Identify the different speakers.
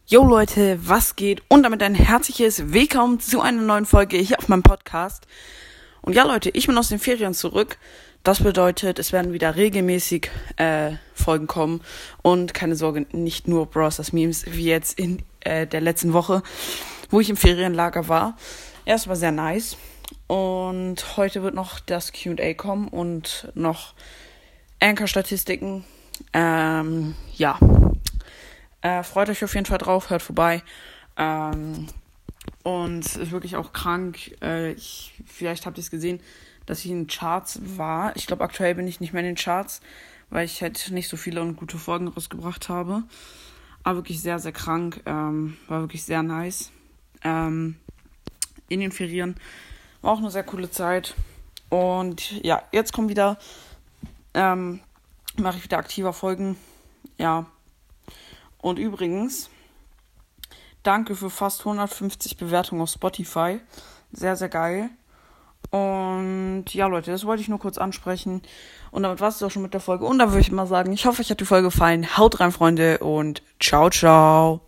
Speaker 1: Yo Leute, was geht? Und damit ein herzliches Willkommen zu einer neuen Folge hier auf meinem Podcast. Und ja Leute, ich bin aus den Ferien zurück. Das bedeutet, es werden wieder regelmäßig Folgen kommen. Und keine Sorge, nicht nur Brawl Stars Memes, wie jetzt in der letzten Woche, wo ich im Ferienlager war. Ja, es war sehr nice. Und heute wird noch das Q&A kommen und noch Anchor-Statistiken. Ja. Freut euch auf jeden Fall drauf, hört vorbei. Und es ist wirklich auch krank. Vielleicht habt ihr es gesehen, dass ich in den Charts war. Ich glaube, aktuell bin ich nicht mehr in den Charts, weil ich halt nicht so viele und gute Folgen rausgebracht habe. Aber wirklich sehr, sehr krank. War wirklich sehr nice. In den Ferien. War auch eine sehr coole Zeit. Und ja, jetzt kommen wieder, mache ich wieder aktiver Folgen. Ja. Und übrigens, danke für fast 150 Bewertungen auf Spotify. Sehr, sehr geil. Und ja, Leute, das wollte ich nur kurz ansprechen. Und damit war es auch schon mit der Folge. Und da würde ich mal sagen, ich hoffe, euch hat die Folge gefallen. Haut rein, Freunde, und ciao, ciao.